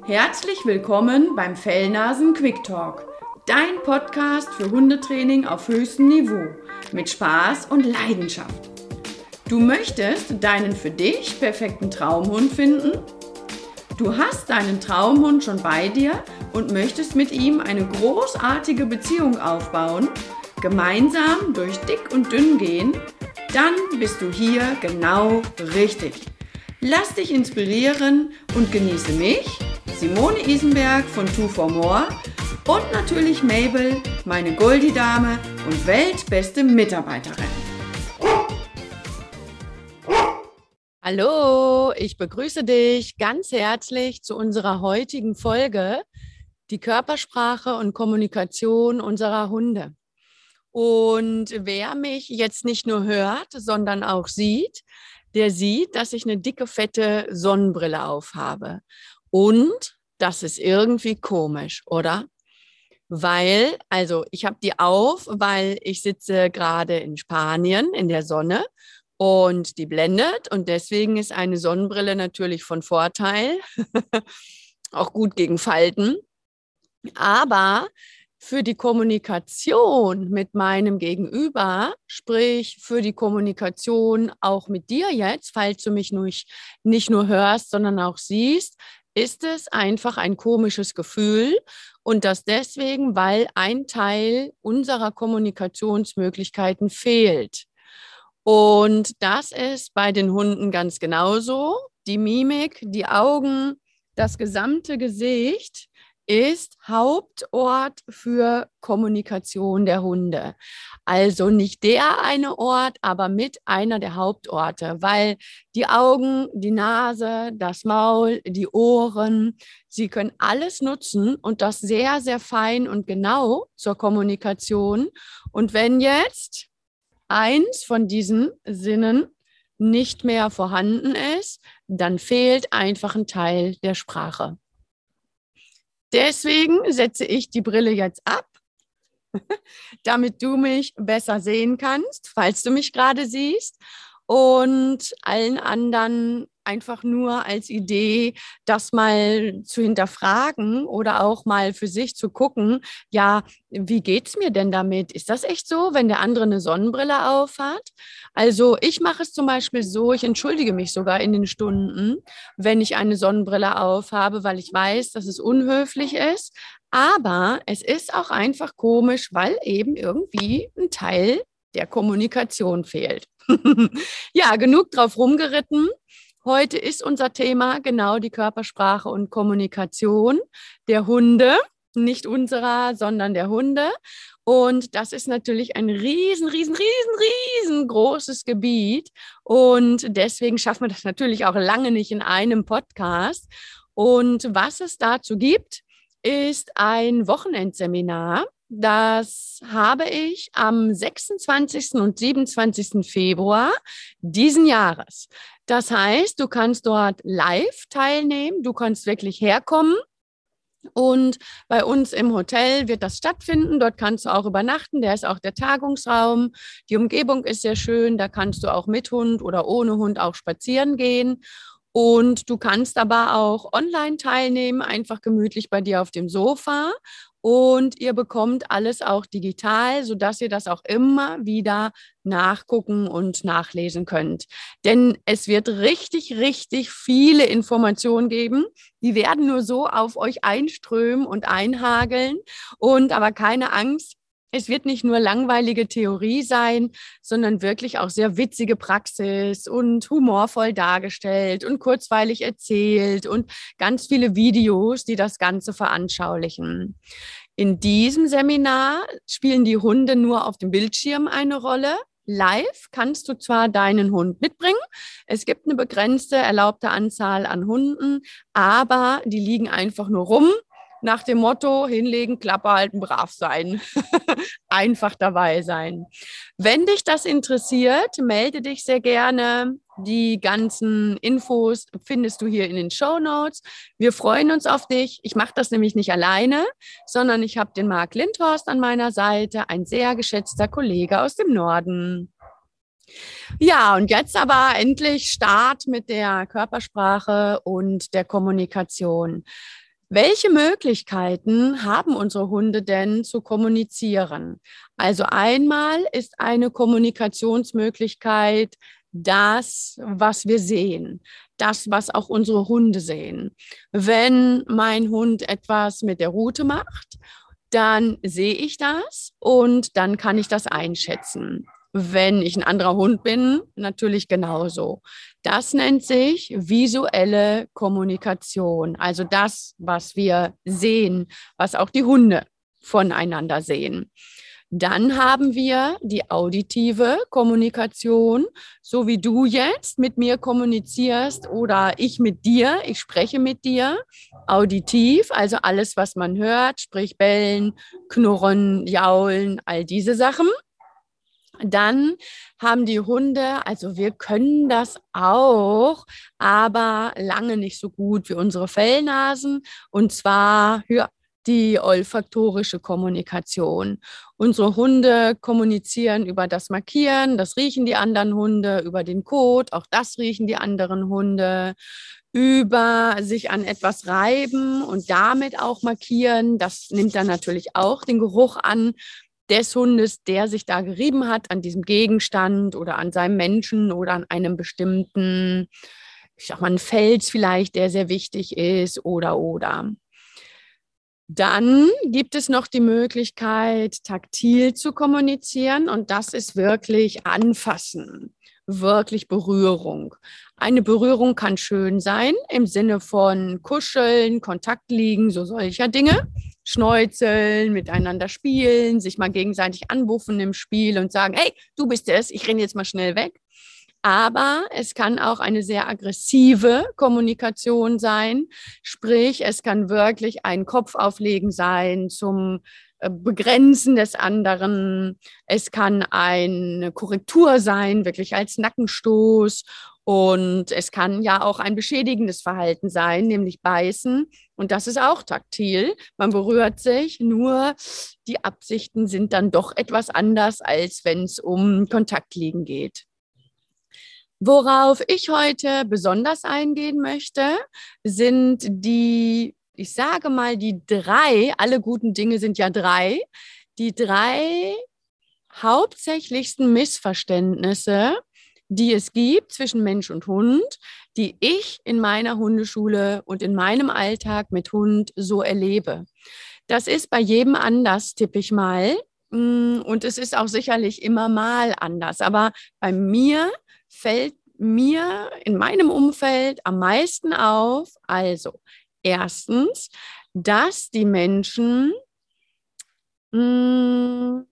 Herzlich willkommen beim Fellnasen Quick Talk, dein Podcast für Hundetraining auf höchstem Niveau mit Spaß und Leidenschaft. Du möchtest deinen für dich perfekten Traumhund finden? Du hast deinen Traumhund schon bei dir und möchtest mit ihm eine großartige Beziehung aufbauen, gemeinsam durch dick und dünn gehen? Dann bist du hier genau richtig. Lass dich inspirieren und genieße mich, Simone Isenberg von Two for More und natürlich Mabel, meine Goldie-Dame und weltbeste Mitarbeiterin. Hallo, ich begrüße dich ganz herzlich zu unserer heutigen Folge, die Körpersprache und Kommunikation unserer Hunde. Und wer mich jetzt nicht nur hört, sondern auch sieht, der sieht, dass ich eine dicke, fette Sonnenbrille aufhabe. Und das ist irgendwie komisch, oder? Weil, also ich habe die auf, weil ich sitze gerade in Spanien in der Sonne und die blendet. Und deswegen ist eine Sonnenbrille natürlich von Vorteil, auch gut gegen Falten. Aber für die Kommunikation mit meinem Gegenüber, sprich für die Kommunikation auch mit dir jetzt, falls du mich nicht nur hörst, sondern auch siehst, ist es einfach ein komisches Gefühl und das deswegen, weil ein Teil unserer Kommunikationsmöglichkeiten fehlt. Und das ist bei den Hunden ganz genauso. Die Mimik, die Augen, das gesamte Gesicht ist Hauptort für Kommunikation der Hunde. Also nicht der eine Ort, aber mit einer der Hauptorte, weil die Augen, die Nase, das Maul, die Ohren, sie können alles nutzen und das sehr, sehr fein und genau zur Kommunikation. Und wenn jetzt eins von diesen Sinnen nicht mehr vorhanden ist, dann fehlt einfach ein Teil der Sprache. Deswegen setze ich die Brille jetzt ab, damit du mich besser sehen kannst, falls du mich gerade siehst. Und allen anderen einfach nur als Idee, das mal zu hinterfragen oder auch mal für sich zu gucken, ja, wie geht's mir denn damit? Ist das echt so, wenn der andere eine Sonnenbrille aufhat? Also ich mache es zum Beispiel so, ich entschuldige mich sogar in den Stunden, wenn ich eine Sonnenbrille aufhabe, weil ich weiß, dass es unhöflich ist. Aber es ist auch einfach komisch, weil eben irgendwie ein Teil der Kommunikation fehlt. Ja, genug drauf rumgeritten. Heute ist unser Thema genau die Körpersprache und Kommunikation der Hunde, nicht unserer, sondern der Hunde. Und das ist natürlich ein riesengroßes Gebiet. Und deswegen schaffen wir das natürlich auch lange nicht in einem Podcast. Und was es dazu gibt, ist ein Wochenendseminar. Das habe ich am 26. und 27. Februar diesen Jahres. Das heißt, du kannst dort live teilnehmen, du kannst wirklich herkommen. Und bei uns im Hotel wird das stattfinden. Dort kannst du auch übernachten. Der ist auch der Tagungsraum. Die Umgebung ist sehr schön. Da kannst du auch mit Hund oder ohne Hund auch spazieren gehen. Und du kannst aber auch online teilnehmen, einfach gemütlich bei dir auf dem Sofa. Und ihr bekommt alles auch digital, sodass ihr das auch immer wieder nachgucken und nachlesen könnt. Denn es wird richtig viele Informationen geben. Die werden nur so auf euch einströmen und einhageln. Und aber keine Angst. Es wird nicht nur langweilige Theorie sein, sondern wirklich auch sehr witzige Praxis und humorvoll dargestellt und kurzweilig erzählt und ganz viele Videos, die das Ganze veranschaulichen. In diesem Seminar spielen die Hunde nur auf dem Bildschirm eine Rolle. Live kannst du zwar deinen Hund mitbringen, es gibt eine begrenzte erlaubte Anzahl an Hunden, aber die liegen einfach nur rum. Nach dem Motto, hinlegen, Klappe halten, brav sein. Einfach dabei sein. Wenn dich das interessiert, melde dich sehr gerne. Die ganzen Infos findest du hier in den Shownotes. Wir freuen uns auf dich. Ich mache das nämlich nicht alleine, sondern ich habe den Marc Lindhorst an meiner Seite, ein sehr geschätzter Kollege aus dem Norden. Ja, und jetzt aber endlich Start mit der Körpersprache und der Kommunikation. Welche Möglichkeiten haben unsere Hunde denn zu kommunizieren? Also einmal ist eine Kommunikationsmöglichkeit das, was wir sehen, das, was auch unsere Hunde sehen. Wenn mein Hund etwas mit der Rute macht, dann sehe ich das und dann kann ich das einschätzen. Wenn ich ein anderer Hund bin, natürlich genauso. Das nennt sich visuelle Kommunikation, also das, was wir sehen, was auch die Hunde voneinander sehen. Dann haben wir die auditive Kommunikation, so wie du jetzt mit mir kommunizierst oder ich mit dir, ich spreche mit dir. Auditiv, also alles, was man hört, sprich bellen, knurren, jaulen, all diese Sachen. Dann haben die Hunde, also wir können das auch, aber lange nicht so gut wie unsere Fellnasen. Und zwar die olfaktorische Kommunikation. Unsere Hunde kommunizieren über das Markieren, das riechen die anderen Hunde, über den Kot, auch das riechen die anderen Hunde, über sich an etwas reiben und damit auch markieren. Das nimmt dann natürlich auch den Geruch an des Hundes, der sich da gerieben hat, an diesem Gegenstand oder an seinem Menschen oder an einem bestimmten, ich sag mal, ein Fels vielleicht, der sehr wichtig ist oder. Dann gibt es noch die Möglichkeit, taktil zu kommunizieren und das ist wirklich Anfassen, wirklich Berührung. Eine Berührung kann schön sein im Sinne von Kuscheln, Kontakt liegen, so solcher Dinge. Schneuzeln, miteinander spielen, sich mal gegenseitig anbuffen im Spiel und sagen, hey, du bist es, ich renne jetzt mal schnell weg. Aber es kann auch eine sehr aggressive Kommunikation sein. Sprich, es kann wirklich ein Kopfauflegen sein zum Begrenzen des anderen. Es kann eine Korrektur sein, wirklich als Nackenstoß. Und es kann ja auch ein beschädigendes Verhalten sein, nämlich beißen. Und das ist auch taktil. Man berührt sich, nur die Absichten sind dann doch etwas anders, als wenn es um Kontaktliegen geht. Worauf ich heute besonders eingehen möchte, sind ich sage mal, die drei, alle guten Dinge sind ja drei, die drei hauptsächlichsten Missverständnisse, die es gibt zwischen Mensch und Hund, die ich in meiner Hundeschule und in meinem Alltag mit Hund so erlebe. Das ist bei jedem anders, tippe ich mal. Und es ist auch sicherlich immer mal anders. Aber bei mir fällt mir in meinem Umfeld am meisten auf, also erstens, dass die Menschen Rempeln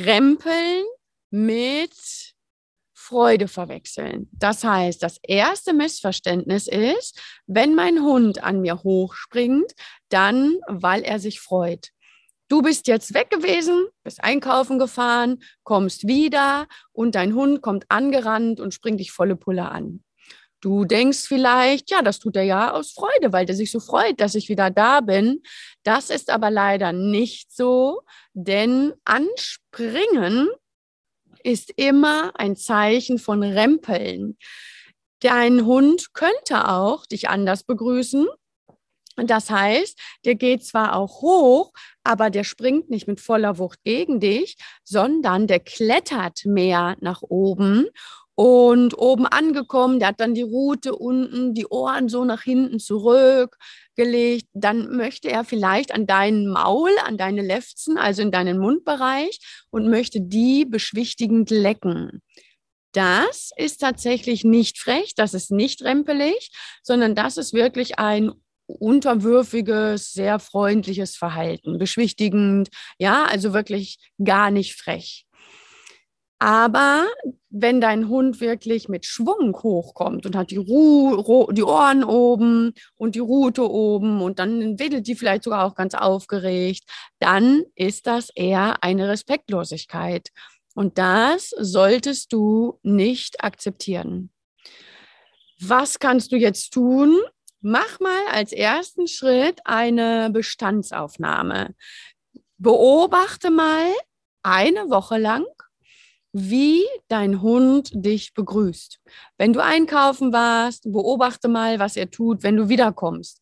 mit Freude verwechseln. Das heißt, das erste Missverständnis ist, wenn mein Hund an mir hochspringt, dann, weil er sich freut. Du bist jetzt weg gewesen, bist einkaufen gefahren, kommst wieder und dein Hund kommt angerannt und springt dich volle Pulle an. Du denkst vielleicht, ja, das tut er ja aus Freude, weil der sich so freut, dass ich wieder da bin. Das ist aber leider nicht so, denn Anspringen ist immer ein Zeichen von Rempeln. Dein Hund könnte auch dich anders begrüßen. Das heißt, der geht zwar auch hoch, aber der springt nicht mit voller Wucht gegen dich, sondern der klettert mehr nach oben. Und oben angekommen, der hat dann die Rute unten, die Ohren so nach hinten zurückgelegt. Dann möchte er vielleicht an deinen Maul, an deine Lefzen, also in deinen Mundbereich und möchte die beschwichtigend lecken. Das ist tatsächlich nicht frech, das ist nicht rempelig, sondern das ist wirklich ein unterwürfiges, sehr freundliches Verhalten, beschwichtigend, ja, also wirklich gar nicht frech. Aber wenn dein Hund wirklich mit Schwung hochkommt und hat die Ohren oben und die Rute oben und dann wedelt die vielleicht sogar auch ganz aufgeregt, dann ist das eher eine Respektlosigkeit. Und das solltest du nicht akzeptieren. Was kannst du jetzt tun? Mach mal als ersten Schritt eine Bestandsaufnahme. Beobachte mal eine Woche lang, wie dein Hund dich begrüßt. Wenn du einkaufen warst, beobachte mal, was er tut, wenn du wiederkommst.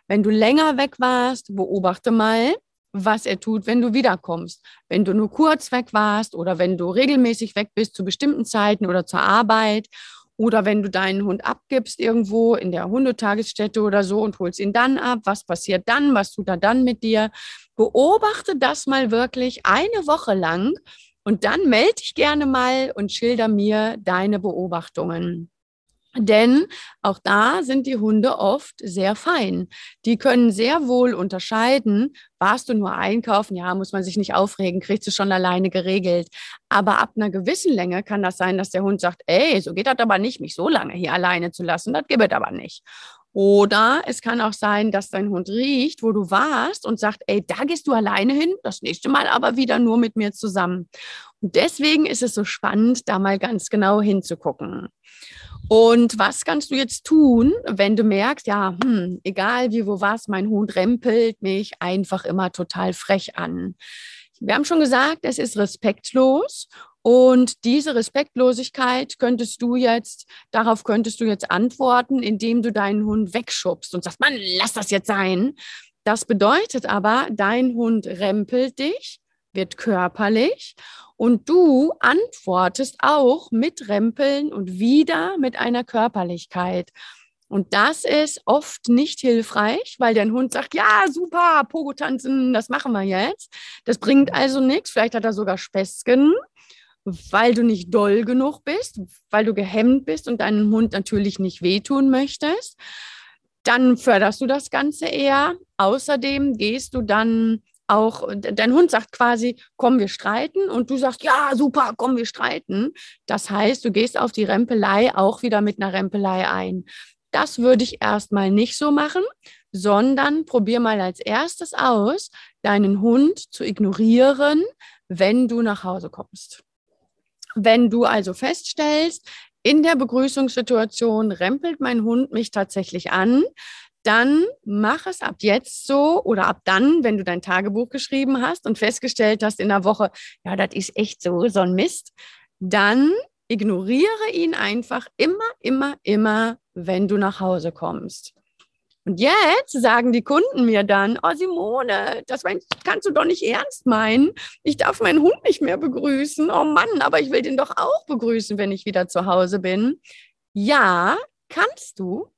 Wenn du länger weg warst, beobachte mal, was er tut, wenn du wiederkommst. Wenn du nur kurz weg warst oder wenn du regelmäßig weg bist zu bestimmten Zeiten oder zur Arbeit oder wenn du deinen Hund abgibst irgendwo in der Hundetagesstätte oder so und holst ihn dann ab, was passiert dann, was tut er dann mit dir? Beobachte das mal wirklich eine Woche lang und dann melde dich gerne mal und schilder mir deine Beobachtungen. Denn auch da sind die Hunde oft sehr fein. Die können sehr wohl unterscheiden, warst du nur einkaufen, ja, muss man sich nicht aufregen, kriegst du schon alleine geregelt. Aber ab einer gewissen Länge kann das sein, dass der Hund sagt, ey, so geht das aber nicht, mich so lange hier alleine zu lassen, das gibt es aber nicht. Oder es kann auch sein, dass dein Hund riecht, wo du warst und sagt, ey, da gehst du alleine hin, das nächste Mal aber wieder nur mit mir zusammen. Und deswegen ist es so spannend, da mal ganz genau hinzugucken. Und was kannst du jetzt tun, wenn du merkst, ja, egal wie, wo was, mein Hund rempelt mich einfach immer total frech an. Wir haben schon gesagt, es ist respektlos. Und diese Respektlosigkeit darauf könntest du jetzt antworten, indem du deinen Hund wegschubst und sagst, Mann, lass das jetzt sein. Das bedeutet aber, dein Hund rempelt dich, wird körperlich und du antwortest auch mit Rempeln und wieder mit einer Körperlichkeit. Und das ist oft nicht hilfreich, weil dein Hund sagt, ja, super, Pogo tanzen, das machen wir jetzt. Das bringt also nichts. Vielleicht hat er sogar Späßchen, weil du nicht doll genug bist, weil du gehemmt bist und deinem Hund natürlich nicht wehtun möchtest. Dann förderst du das Ganze eher. Außerdem gehst du dann auch, dein Hund sagt quasi, komm, wir streiten. Und du sagst, ja, super, komm, wir streiten. Das heißt, du gehst auf die Rempelei auch wieder mit einer Rempelei ein. Das würde ich erstmal nicht so machen, sondern probier mal als erstes aus, deinen Hund zu ignorieren, wenn du nach Hause kommst. Wenn du also feststellst, in der Begrüßungssituation rempelt mein Hund mich tatsächlich an, dann mach es ab jetzt so oder ab dann, wenn du dein Tagebuch geschrieben hast und festgestellt hast in der Woche, ja, das ist echt so ein Mist, dann ignoriere ihn einfach immer, wenn du nach Hause kommst. Und jetzt sagen die Kunden mir dann, oh Simone, das kannst du doch nicht ernst meinen. Ich darf meinen Hund nicht mehr begrüßen. Oh Mann, aber ich will den doch auch begrüßen, wenn ich wieder zu Hause bin. Ja, kannst du.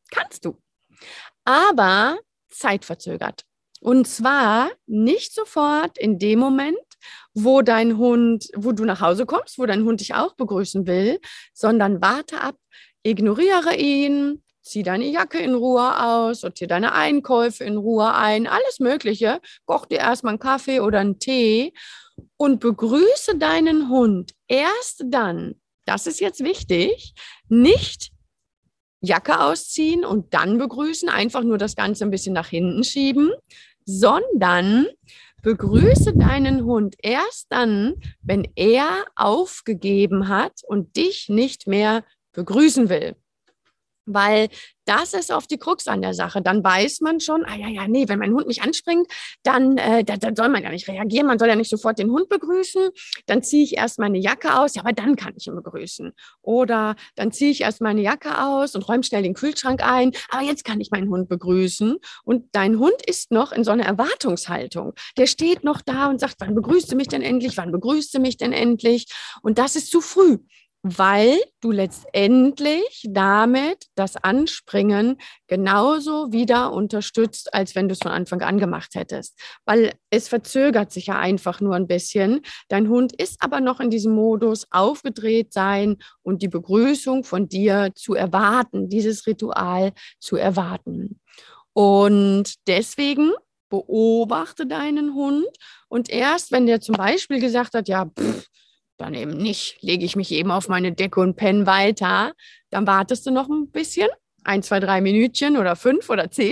Aber zeitverzögert. Und zwar nicht sofort in dem Moment, wo du nach Hause kommst, wo dein Hund dich auch begrüßen will, sondern warte ab, ignoriere ihn, zieh deine Jacke in Ruhe aus, sortiere deine Einkäufe in Ruhe ein, alles Mögliche. Koch dir erstmal einen Kaffee oder einen Tee und begrüße deinen Hund erst dann, das ist jetzt wichtig, nicht Jacke ausziehen und dann begrüßen, einfach nur das Ganze ein bisschen nach hinten schieben, sondern begrüße deinen Hund erst dann, wenn er aufgegeben hat und dich nicht mehr begrüßen will. Weil das ist oft die Krux an der Sache. Dann weiß man schon, nee, wenn mein Hund mich anspringt, dann soll man ja nicht reagieren, man soll ja nicht sofort den Hund begrüßen. Dann ziehe ich erst meine Jacke aus, ja, aber dann kann ich ihn begrüßen. Oder dann ziehe ich erst meine Jacke aus und räume schnell den Kühlschrank ein, aber jetzt kann ich meinen Hund begrüßen. Und dein Hund ist noch in so einer Erwartungshaltung. Der steht noch da und sagt, wann begrüßt du mich denn endlich? Wann begrüßt du mich denn endlich? Und das ist zu früh, weil du letztendlich damit das Anspringen genauso wieder unterstützt, als wenn du es von Anfang an gemacht hättest. Weil es verzögert sich ja einfach nur ein bisschen. Dein Hund ist aber noch in diesem Modus aufgedreht sein und die Begrüßung von dir zu erwarten, dieses Ritual zu erwarten. Und deswegen beobachte deinen Hund und erst, wenn der zum Beispiel gesagt hat, ja, dann eben nicht, lege ich mich eben auf meine Decke und penne weiter. Dann wartest du noch ein bisschen, 1, 2, 3 Minütchen oder 5 oder 10.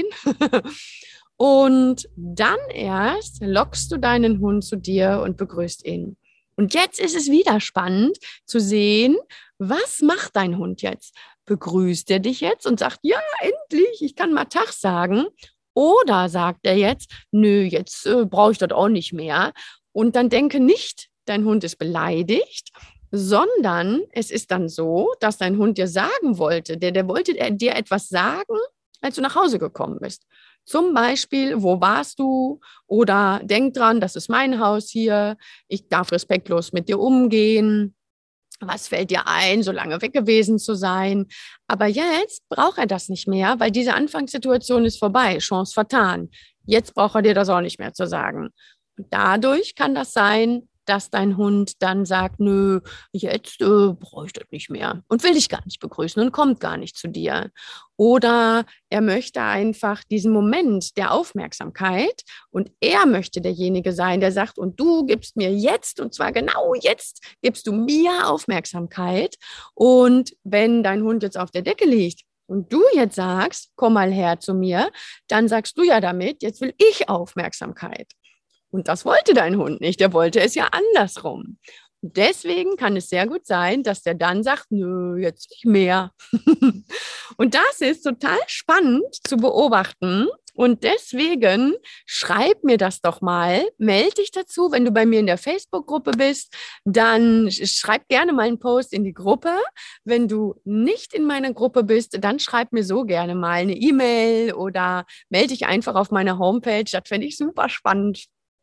Und dann erst lockst du deinen Hund zu dir und begrüßt ihn. Und jetzt ist es wieder spannend zu sehen, was macht dein Hund jetzt? Begrüßt er dich jetzt und sagt, ja, endlich, ich kann mal Tag sagen? Oder sagt er jetzt, nö, jetzt brauche ich das auch nicht mehr. Und dann denke nicht, dein Hund ist beleidigt, sondern es ist dann so, dass dein Hund dir sagen wollte, der wollte dir etwas sagen, als du nach Hause gekommen bist. Zum Beispiel, wo warst du? Oder denk dran, das ist mein Haus hier. Ich darf respektlos mit dir umgehen. Was fällt dir ein, so lange weg gewesen zu sein? Aber jetzt braucht er das nicht mehr, weil diese Anfangssituation ist vorbei, Chance vertan. Jetzt braucht er dir das auch nicht mehr zu sagen. Und dadurch kann das sein, dass dein Hund dann sagt, nö, jetzt brauche ich das nicht mehr und will dich gar nicht begrüßen und kommt gar nicht zu dir. Oder er möchte einfach diesen Moment der Aufmerksamkeit und er möchte derjenige sein, der sagt, und du gibst mir jetzt, und zwar genau jetzt, gibst du mir Aufmerksamkeit. Und wenn dein Hund jetzt auf der Decke liegt und du jetzt sagst, komm mal her zu mir, dann sagst du ja damit, jetzt will ich Aufmerksamkeit. Und das wollte dein Hund nicht, der wollte es ja andersrum. Deswegen kann es sehr gut sein, dass der dann sagt, nö, jetzt nicht mehr. Und das ist total spannend zu beobachten. Und deswegen schreib mir das doch mal, melde dich dazu, wenn du bei mir in der Facebook-Gruppe bist, dann schreib gerne mal einen Post in die Gruppe. Wenn du nicht in meiner Gruppe bist, dann schreib mir so gerne mal eine E-Mail oder melde dich einfach auf meiner Homepage. Das fände ich super spannend.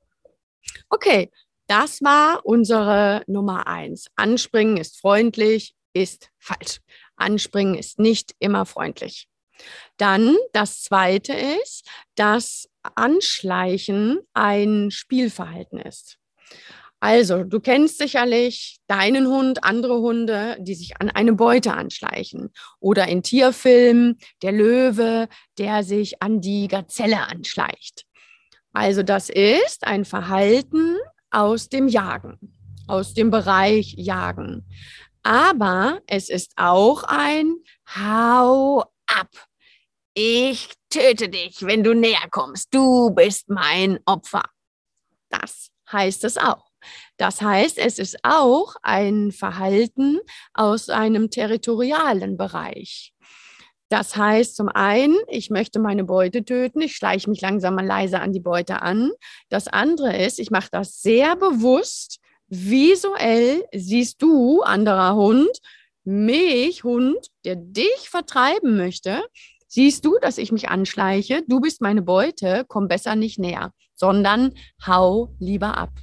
Okay, das war unsere Nummer 1. Anspringen ist freundlich, ist falsch. Anspringen ist nicht immer freundlich. Dann das zweite ist, dass Anschleichen ein Spielverhalten ist. Also, du kennst sicherlich deinen Hund, andere Hunde, die sich an eine Beute anschleichen. Oder in Tierfilmen der Löwe, der sich an die Gazelle anschleicht. Also das ist ein Verhalten aus dem Jagen, aus dem Bereich Jagen. Aber es ist auch ein Hau ab. Ich töte dich, wenn du näher kommst. Du bist mein Opfer. Das heißt es auch. Das heißt, es ist auch ein Verhalten aus einem territorialen Bereich. Das heißt zum einen, ich möchte meine Beute töten, ich schleiche mich langsam mal leise an die Beute an. Das andere ist, ich mache das sehr bewusst, visuell siehst du, anderer Hund, mich, Hund, der dich vertreiben möchte, siehst du, dass ich mich anschleiche, du bist meine Beute, komm besser nicht näher, sondern hau lieber ab.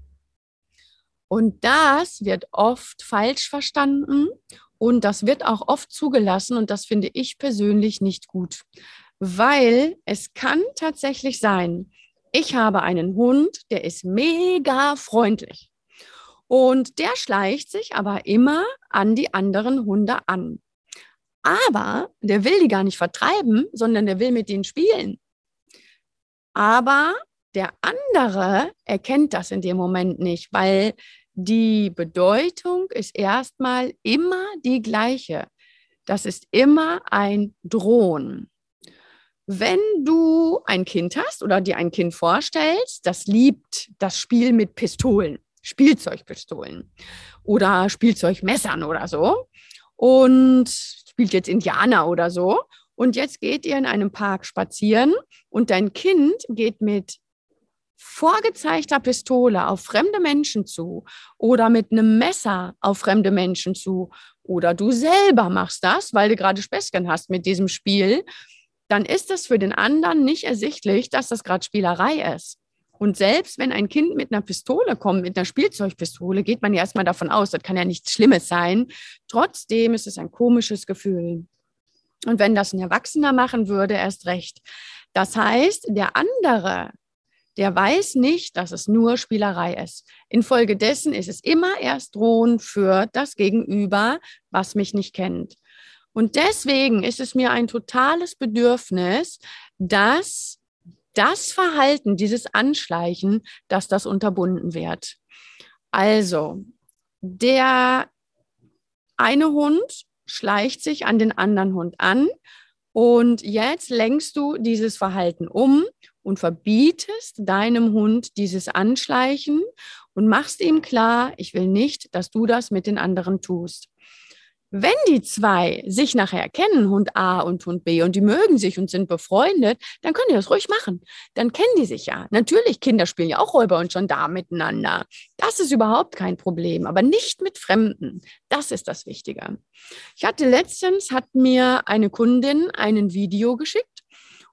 Und das wird oft falsch verstanden. Und das wird auch oft zugelassen und das finde ich persönlich nicht gut, weil es kann tatsächlich sein, ich habe einen Hund, der ist mega freundlich und der schleicht sich aber immer an die anderen Hunde an. Aber der will die gar nicht vertreiben, sondern der will mit denen spielen. Aber der andere erkennt das in dem Moment nicht, weil die Bedeutung ist erstmal immer die gleiche. Das ist immer ein Drohen. Wenn du ein Kind hast oder dir ein Kind vorstellst, das liebt das Spiel mit Pistolen, Spielzeugpistolen oder Spielzeugmessern oder so und spielt jetzt Indianer oder so und jetzt geht ihr in einem Park spazieren und dein Kind geht mit vorgezeigter Pistole auf fremde Menschen zu oder mit einem Messer auf fremde Menschen zu oder du selber machst das, weil du gerade Späßchen hast mit diesem Spiel, dann ist es für den anderen nicht ersichtlich, dass das gerade Spielerei ist. Und selbst wenn ein Kind mit einer Pistole kommt, mit einer Spielzeugpistole, geht man ja erstmal davon aus, das kann ja nichts Schlimmes sein. Trotzdem ist es ein komisches Gefühl. Und wenn das ein Erwachsener machen würde, erst recht. Das heißt, der andere, der weiß nicht, dass es nur Spielerei ist. Infolgedessen ist es immer erst Drohen für das Gegenüber, was mich nicht kennt. Und deswegen ist es mir ein totales Bedürfnis, dass das Verhalten, dieses Anschleichen, dass das unterbunden wird. Also, der eine Hund schleicht sich an den anderen Hund an und jetzt lenkst du dieses Verhalten um und verbietest deinem Hund dieses Anschleichen und machst ihm klar, ich will nicht, dass du das mit den anderen tust. Wenn die zwei sich nachher kennen, Hund A und Hund B, und die mögen sich und sind befreundet, dann können die das ruhig machen. Dann kennen die sich ja. Natürlich, Kinder spielen ja auch Räuber und Gendarm miteinander. Das ist überhaupt kein Problem, aber nicht mit Fremden. Das ist das Wichtige. Letztens hat mir eine Kundin ein Video geschickt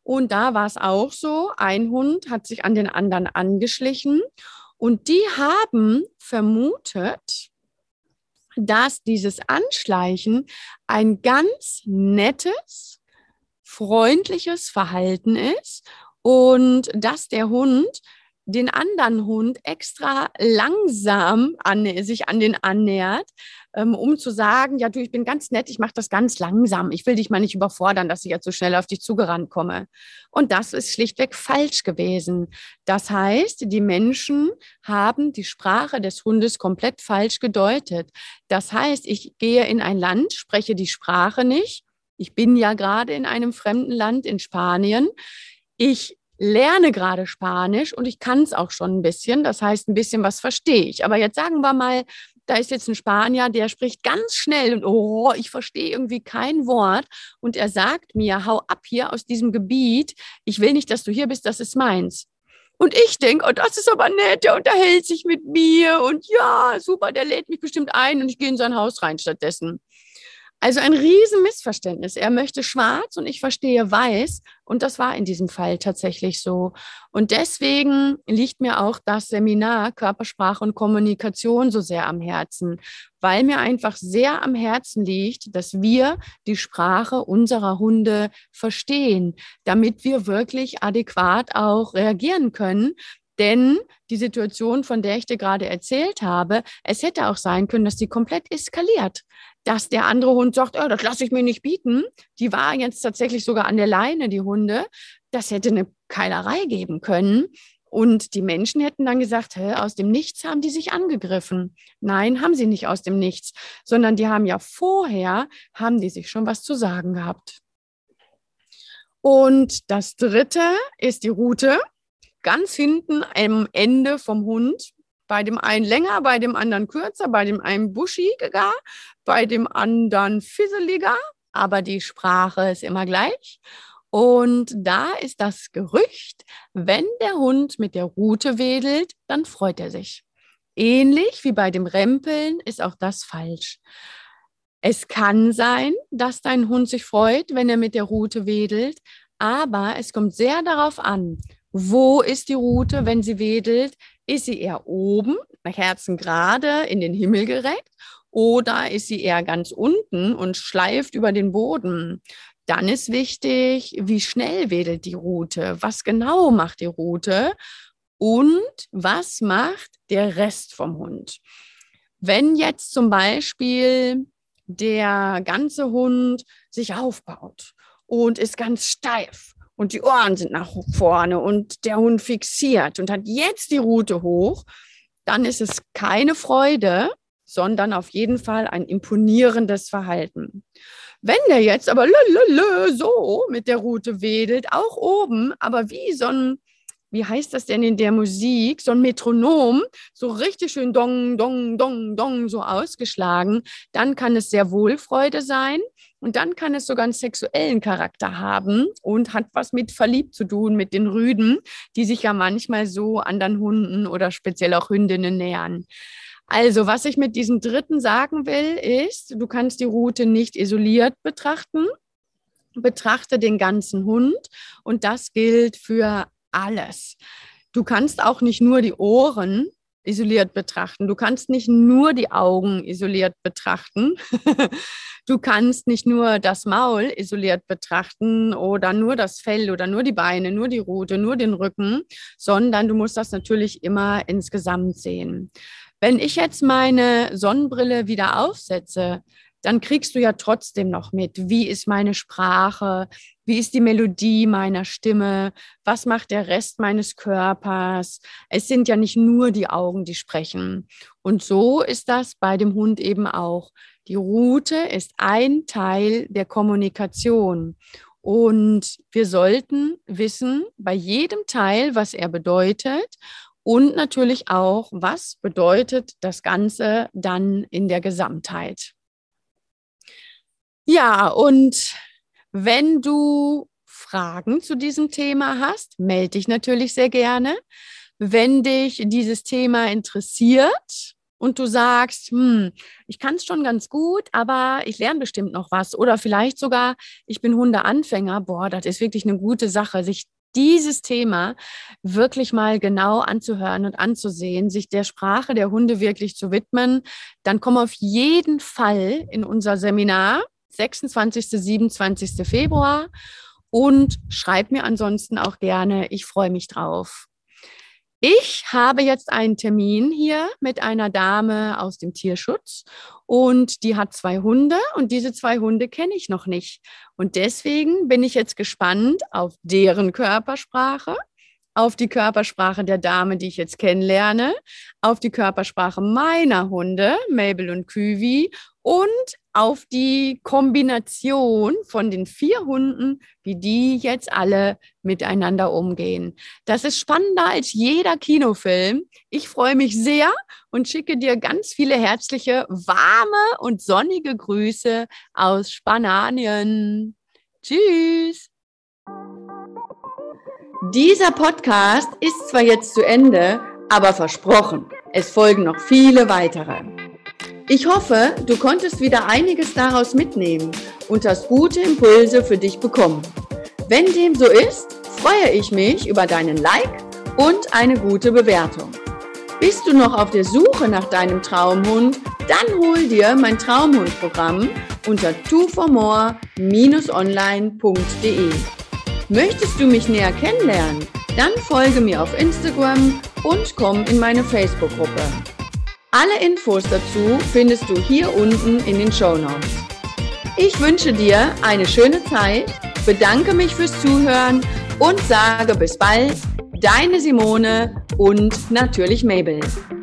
Und da war es auch so, ein Hund hat sich an den anderen angeschlichen und die haben vermutet, dass dieses Anschleichen ein ganz nettes, freundliches Verhalten ist und dass der Hund den anderen Hund extra langsam sich an den annähert, um zu sagen, ja du, ich bin ganz nett, ich mache das ganz langsam, ich will dich mal nicht überfordern, dass ich jetzt so schnell auf dich zugerannt komme. Und das ist schlichtweg falsch gewesen. Das heißt, die Menschen haben die Sprache des Hundes komplett falsch gedeutet. Das heißt, ich gehe in ein Land, spreche die Sprache nicht. Ich bin ja gerade in einem fremden Land, in Spanien. Ich lerne gerade Spanisch und ich kann es auch schon ein bisschen. Das heißt, ein bisschen was verstehe ich. Aber jetzt sagen wir mal, da ist jetzt ein Spanier, der spricht ganz schnell und oh, ich verstehe irgendwie kein Wort. Und er sagt mir, hau ab hier aus diesem Gebiet. Ich will nicht, dass du hier bist, das ist meins. Und ich denke, oh, das ist aber nett, der unterhält sich mit mir und ja, super, der lädt mich bestimmt ein und ich gehe in sein Haus rein stattdessen. Also ein Riesenmissverständnis. Er möchte schwarz und ich verstehe weiß. Und das war in diesem Fall tatsächlich so. Und deswegen liegt mir auch das Seminar Körpersprache und Kommunikation so sehr am Herzen, weil mir einfach sehr am Herzen liegt, dass wir die Sprache unserer Hunde verstehen, damit wir wirklich adäquat auch reagieren können. Denn die Situation, von der ich dir gerade erzählt habe, es hätte auch sein können, dass die komplett eskaliert. Dass der andere Hund sagt, oh, das lasse ich mir nicht bieten. Die war jetzt tatsächlich sogar an der Leine, die Hunde. Das hätte eine Keilerei geben können. Und die Menschen hätten dann gesagt, aus dem Nichts haben die sich angegriffen. Nein, haben sie nicht aus dem Nichts, sondern die haben ja vorher, haben die sich schon was zu sagen gehabt. Und das dritte ist die Rute. Ganz hinten am Ende vom Hund, bei dem einen länger, bei dem anderen kürzer, bei dem einen buschiger, bei dem anderen fisseliger, aber die Sprache ist immer gleich. Und da ist das Gerücht, wenn der Hund mit der Rute wedelt, dann freut er sich. Ähnlich wie bei dem Rempeln ist auch das falsch. Es kann sein, dass dein Hund sich freut, wenn er mit der Rute wedelt, aber es kommt sehr darauf an, wo ist die Rute, wenn sie wedelt? Ist sie eher oben, nach Herzen gerade, in den Himmel gereckt? Oder ist sie eher ganz unten und schleift über den Boden? Dann ist wichtig, wie schnell wedelt die Rute? Was genau macht die Rute? Und was macht der Rest vom Hund? Wenn jetzt zum Beispiel der ganze Hund sich aufbaut und ist ganz steif, und die Ohren sind nach vorne und der Hund fixiert und hat jetzt die Rute hoch, dann ist es keine Freude, sondern auf jeden Fall ein imponierendes Verhalten. Wenn der jetzt aber so mit der Rute wedelt, auch oben, aber wie so ein, wie heißt das denn in der Musik, so ein Metronom, so richtig schön dong, dong, dong, dong, so ausgeschlagen, dann kann es sehr wohl Freude sein. Und dann kann es sogar einen sexuellen Charakter haben und hat was mit verliebt zu tun, mit den Rüden, die sich ja manchmal so anderen Hunden oder speziell auch Hündinnen nähern. Also, was ich mit diesem dritten sagen will, ist, du kannst die Rute nicht isoliert betrachten. Betrachte den ganzen Hund und das gilt für alles. Du kannst auch nicht nur die Ohren isoliert betrachten. Du kannst nicht nur die Augen isoliert betrachten. Du kannst nicht nur das Maul isoliert betrachten oder nur das Fell oder nur die Beine, nur die Rute, nur den Rücken, sondern du musst das natürlich immer insgesamt sehen. Wenn ich jetzt meine Sonnenbrille wieder aufsetze, dann kriegst du ja trotzdem noch mit, wie ist meine Sprache, wie ist die Melodie meiner Stimme, was macht der Rest meines Körpers. Es sind ja nicht nur die Augen, die sprechen. Und so ist das bei dem Hund eben auch. Die Rute ist ein Teil der Kommunikation. Und wir sollten wissen, bei jedem Teil, was er bedeutet und natürlich auch, was bedeutet das Ganze dann in der Gesamtheit. Ja, und wenn du Fragen zu diesem Thema hast, melde dich natürlich sehr gerne. Wenn dich dieses Thema interessiert, und du sagst, ich kann es schon ganz gut, aber ich lerne bestimmt noch was. Oder vielleicht sogar, ich bin Hundeanfänger. Boah, das ist wirklich eine gute Sache, sich dieses Thema wirklich mal genau anzuhören und anzusehen, sich der Sprache der Hunde wirklich zu widmen. Dann komm auf jeden Fall in unser Seminar, 26. 27. Februar, und schreib mir ansonsten auch gerne. Ich freue mich drauf. Ich habe jetzt einen Termin hier mit einer Dame aus dem Tierschutz und die hat 2 Hunde und diese 2 Hunde kenne ich noch nicht. Und deswegen bin ich jetzt gespannt auf deren Körpersprache, auf die Körpersprache der Dame, die ich jetzt kennenlerne, auf die Körpersprache meiner Hunde, Mabel und Küvi, und auf die Kombination von den 4 Hunden, wie die jetzt alle miteinander umgehen. Das ist spannender als jeder Kinofilm. Ich freue mich sehr und schicke dir ganz viele herzliche, warme und sonnige Grüße aus Spanien. Tschüss! Dieser Podcast ist zwar jetzt zu Ende, aber versprochen, es folgen noch viele weitere. Ich hoffe, du konntest wieder einiges daraus mitnehmen und hast gute Impulse für dich bekommen. Wenn dem so ist, freue ich mich über deinen Like und eine gute Bewertung. Bist du noch auf der Suche nach deinem Traumhund, dann hol dir mein Traumhundprogramm unter twoformore-online.de. Möchtest du mich näher kennenlernen? Dann folge mir auf Instagram und komm in meine Facebook-Gruppe. Alle Infos dazu findest du hier unten in den Shownotes. Ich wünsche dir eine schöne Zeit, bedanke mich fürs Zuhören und sage bis bald, deine Simone und natürlich Mabel.